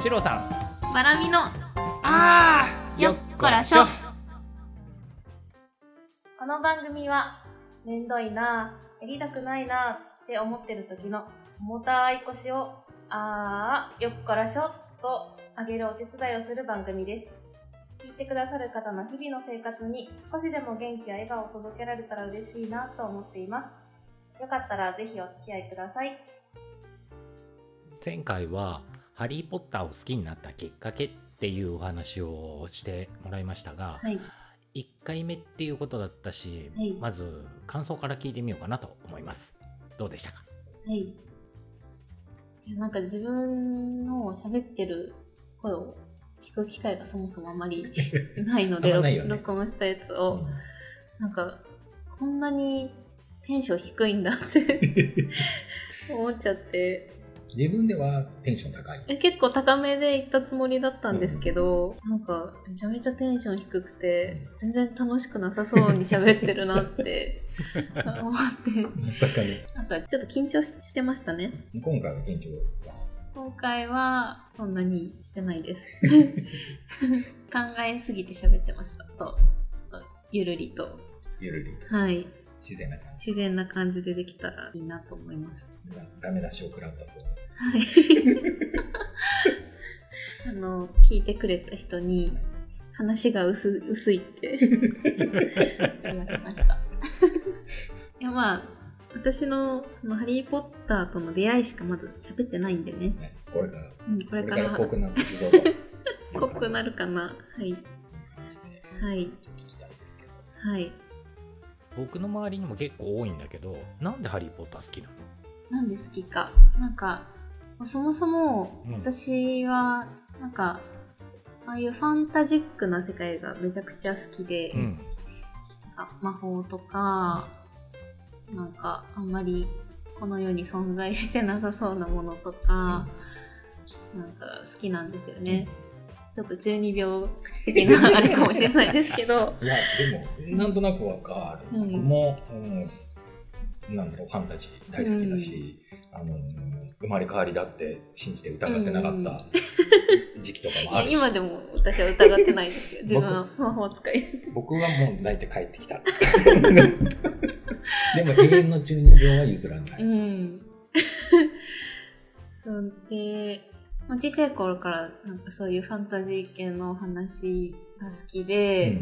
シロさん、 バラミのよっこらしょ。この番組はめんどいな、やりたくないなって思ってる時の重たい腰をよっこらしょと上げるお手伝いをする番組です。聞いてくださる方の日々の生活に少しでも元気や笑顔を届けられたら嬉しいなと思っています。よかったらぜひお付き合いください。 前回はハリーポッターを好きになったきっかけっていうお話をしてもらいましたが、 はい、 1回目っていうことだったし、 はい、 まず感想から聞いてみようかなと思います。どうでしたか？ はい。いや、なんか自分の喋ってる声を聞く機会がそもそもあまりないのでないよね、 録音したやつを、なんかこんなにテンション低いんだって思っちゃって、 自分ではテンション高い。 結構高めで行ったつもりだったんですけど、なんかめちゃめちゃテンション低くて、全然楽しくなさそうに喋ってるなって思って、 まさかね。 なんかちょっと緊張してましたね。 今回は緊張は今回はそんなにしてないです考えすぎて喋ってました。ちょっとゆるりと、はい、 自然な感じでできたらいいなと思います。 ダメ出しを食らったそう。 はい聞いてくれた人に話が薄いって言われましたいや、まあ私のそのハリーポッターとの出会いしかまず喋ってないんでね。 これから濃くなっていくぞと濃くなるかな。はい、はい、 聞きたいですけど。 はい。 僕の周りにも結構多いんだけど、なんでハリーポッター好きなの？ なんで好きか、なんかそもそも私はなんかああいうファンタジックな世界がめちゃくちゃ好きで、なんか魔法とか、なんかあんまりこの世に存在してなさそうなものとか、なんか好きなんですよね。ちょっと中二病的なあれかもしれないですけどいやでもなんとなくわかる。僕も、なんだろう、ファンタジー大好きだし、生まれ変わりだって信じて疑ってなかった時期とかもあるし、 今でも私は疑ってないですよ自分は魔法使い僕はもう泣いて帰ってきたでも永遠の中二病は譲らない。 そうで、小さい頃からなんかそういうファンタジー系の話が好きで、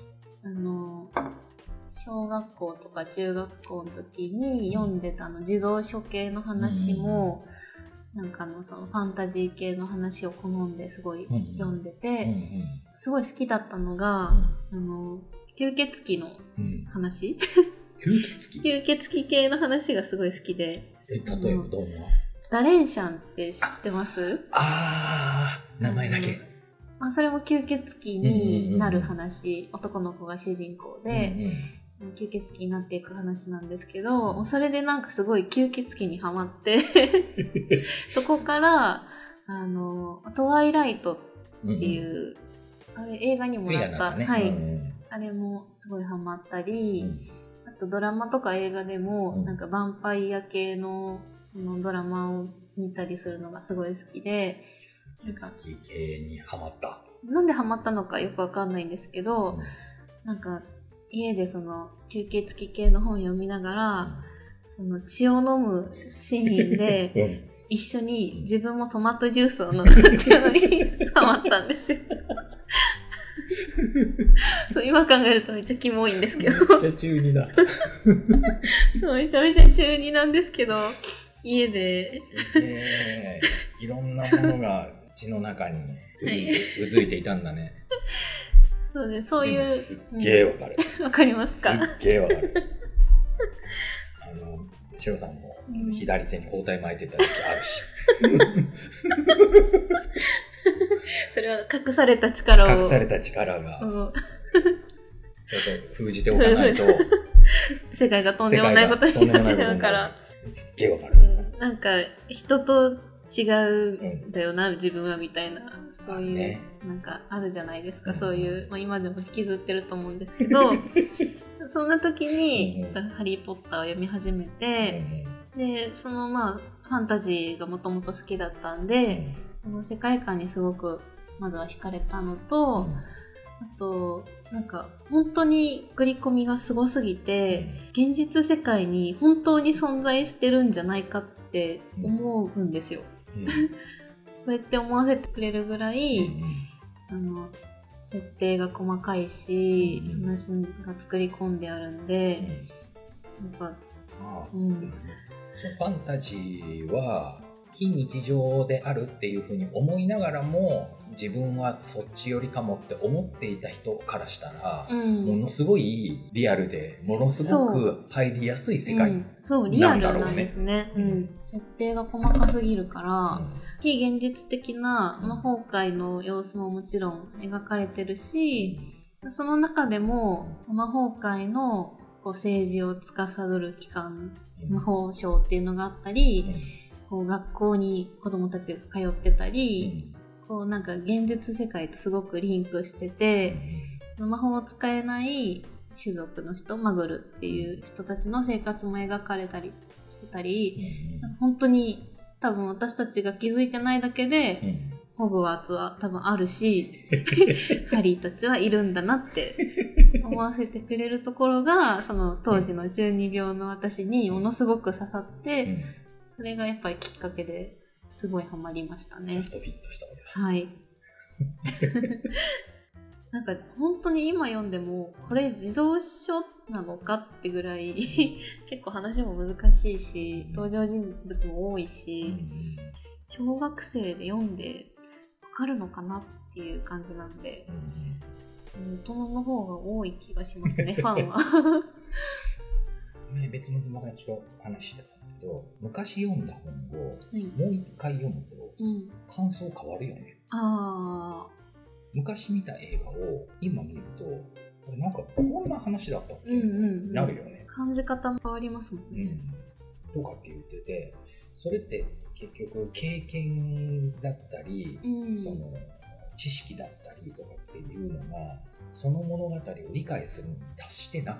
小学校とか中学校の時に読んでた児童書系の話も、なんかそのファンタジー系の話を好んですごい読んでて、すごい好きだったのが、吸血鬼の話、吸血鬼系の話がすごい好きで。 例えばどんな？ ダレンシャンって知ってます？ 名前だけ。 それも吸血鬼になる話、男の子が主人公で、吸血鬼になっていく話なんですけど、それでなんかすごい吸血鬼にハマってそこからトワイライトっていう、あれ映画にもなった、はい、あれもすごいハマったり、あとドラマとか映画でもなんかヴァンパイア系のそのドラマを見たりするのがすごい好きで、 吸血鬼系にハマった。 なんでハマったのかよくわかんないんですけど、なんか家でその吸血鬼系の本を読みながら、その血を飲むシーンで一緒に自分もトマトジュースを飲むっていうのにハマったんですよそう、今考えるとめっちゃキモいんですけど、 めっちゃ中二だそう、めちゃめちゃ中二なんですけど、家ですげえ、いろんなものが血の中にうずいていたんだねそうです、そういう。 すっげえわかる。 わかりますか？ すっげえわかる。シロさんも左手に包帯巻いてた時あるし。 それは隠された力が。 ちょっと封じておかないと。 世界がとんでもないことになってしまうから。 すっげえわかる。 なんか人と違うんだよな、自分はみたいな。そういう、なんかあるじゃないですか、そういう、今でも引きずってると思うんですけどそんな時に、ハリーポッターを読み始めて、でそのファンタジーがもともと好きだったんで、 その世界観にすごくまずは惹かれたのと、あとなんか本当に作り込みがすごすぎて、現実世界に本当に存在してるんじゃないかって思うんですよ。そうやって思わせてくれるぐらい、設定が細かいし、話が作り込んであるんで、やっぱ、 そのファンタジーは非日常であるっていうふうに思いながらも、自分はそっち寄りかもって思っていた人からしたら、ものすごいリアルでものすごく入りやすい世界なんだろうね。 そうリアルなんですね。設定が細かすぎるから、非現実的な魔法界の様子ももちろん描かれてるし、その中でも魔法界のこう政治を司る機関、魔法省っていうのがあったり、こう学校に子どもたちが通ってたり、こうなんか現実世界とすごくリンクしてて、その魔法を使えない種族の人、マグルっていう人たちの生活も描かれたりしてたり、本当に多分私たちが気づいてないだけで、ホグワーツは多分あるしハリーたちはいるんだなって思わせてくれるところが、その当時の12秒の私にものすごく刺さって、それがやっぱりきっかけですごいハマりましたね。 ジャストフィットしたわけだ。 はいなんか本当に今読んでもこれ児童書なのかってぐらい結構話も難しいし、登場人物も多いし、小学生で読んでわかるのかなっていう感じなんで、大人の方が多い気がしますねファンは別の友達と話してたんだけど、昔読んだ本をもう一回読むと感想変わるよね。昔見た映画を今見ると、これなんかこんな話だったっていうなるよね。 感じ方も変わりますもんね。 とかって言ってて、それって結局経験だったり、その知識だったりとかっていうのが、その物語を理解するのに達してなかった。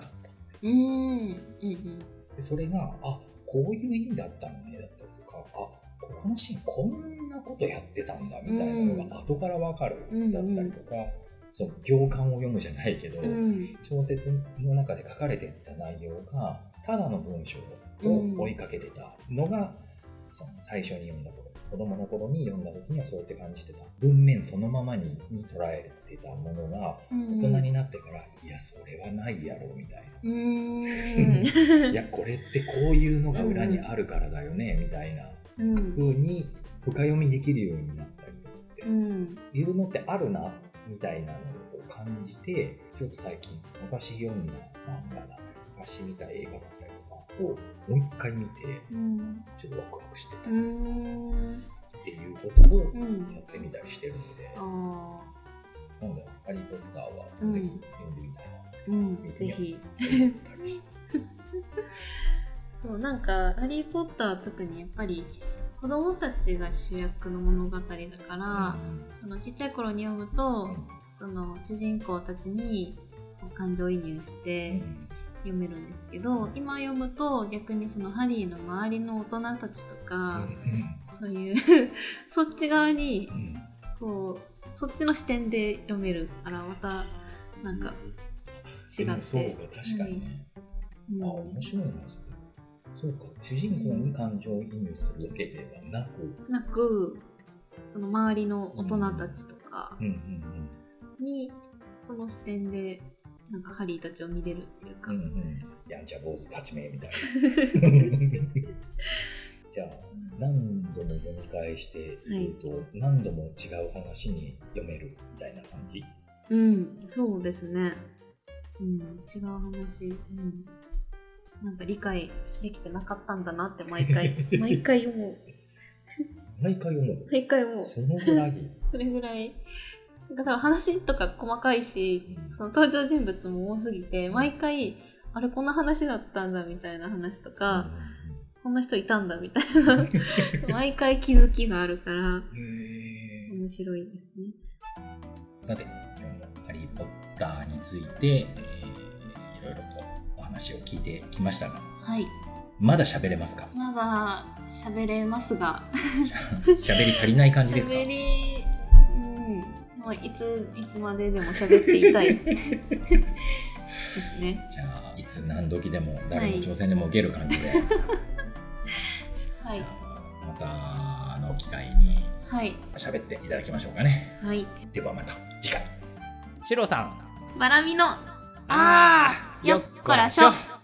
でそれが、こういう意味だったのねだったりとか、このシーンこんなことやってたんだみたいなのが後から分かるだったりとか、その行間を読むじゃないけど、小説の中で書かれていた内容がただの文章を追いかけてたのが、その最初に読んだ頃、子供の頃に読んだ時にはそうやって感じてた。文面そのままに捉えてたものが、大人になってから、いやそれはないやろみたいな、いやこれってこういうのが裏にあるからだよねみたいな風に深読みできるようになったりとかっていうのってあるなみたいなのを感じて、ちょっと最近昔読んだ漫画だったり昔見た映画だったりとかをもう一回見て、ちょっとワクワクしてたっていうことをやってみたりしてるので、なのでハリー・ポッターはぜひ読んでみたいな、 ぜひそうなんかハリー・ポッター特にやっぱり子供たちが主役の物語だから、そのちっちゃい頃に読むと、その主人公たちに感情移入して読めるんですけど、今読むと逆にそのハリーの周りの大人たちとか、そういうそっち側にこうそっちの視点で読めるから、またなんか違って、 そうか確かにね、面白いなそれ。そうか、主人公に感情移入するわけではなく、 その周りの大人たちとかにその視点でなんかハリーたちを見れるっていうか、 やんちゃ坊主立ち目みたいなじゃあ何度も読み返していると、何度も違う話に読めるみたいな感じ。 そうですね。違う話、なんか理解できてなかったんだなって毎回思う。 毎回思う。そのぐらい。 それぐらい。だから話とか細かいし、その登場人物も多すぎて、毎回あれこんな話だったんだみたいな話とか、こんな人いたんだみたいな毎回気づきがあるから面白いですね。 さて、今日もハリー・ポッターについて、いろいろとお話を聞いてきましたが、 まだ喋れますか？ まだ喋れますが喋り足りない感じですか？ 喋り、まあ、いつまででも喋っていたいですね。 じゃあいつ何時でも誰の挑戦でも受ける感じで、 はい、 じゃあまたの機会に喋っていただきましょうかね。 はい、 ではまた次回。 シロさん、 バラミのよっこらしょ。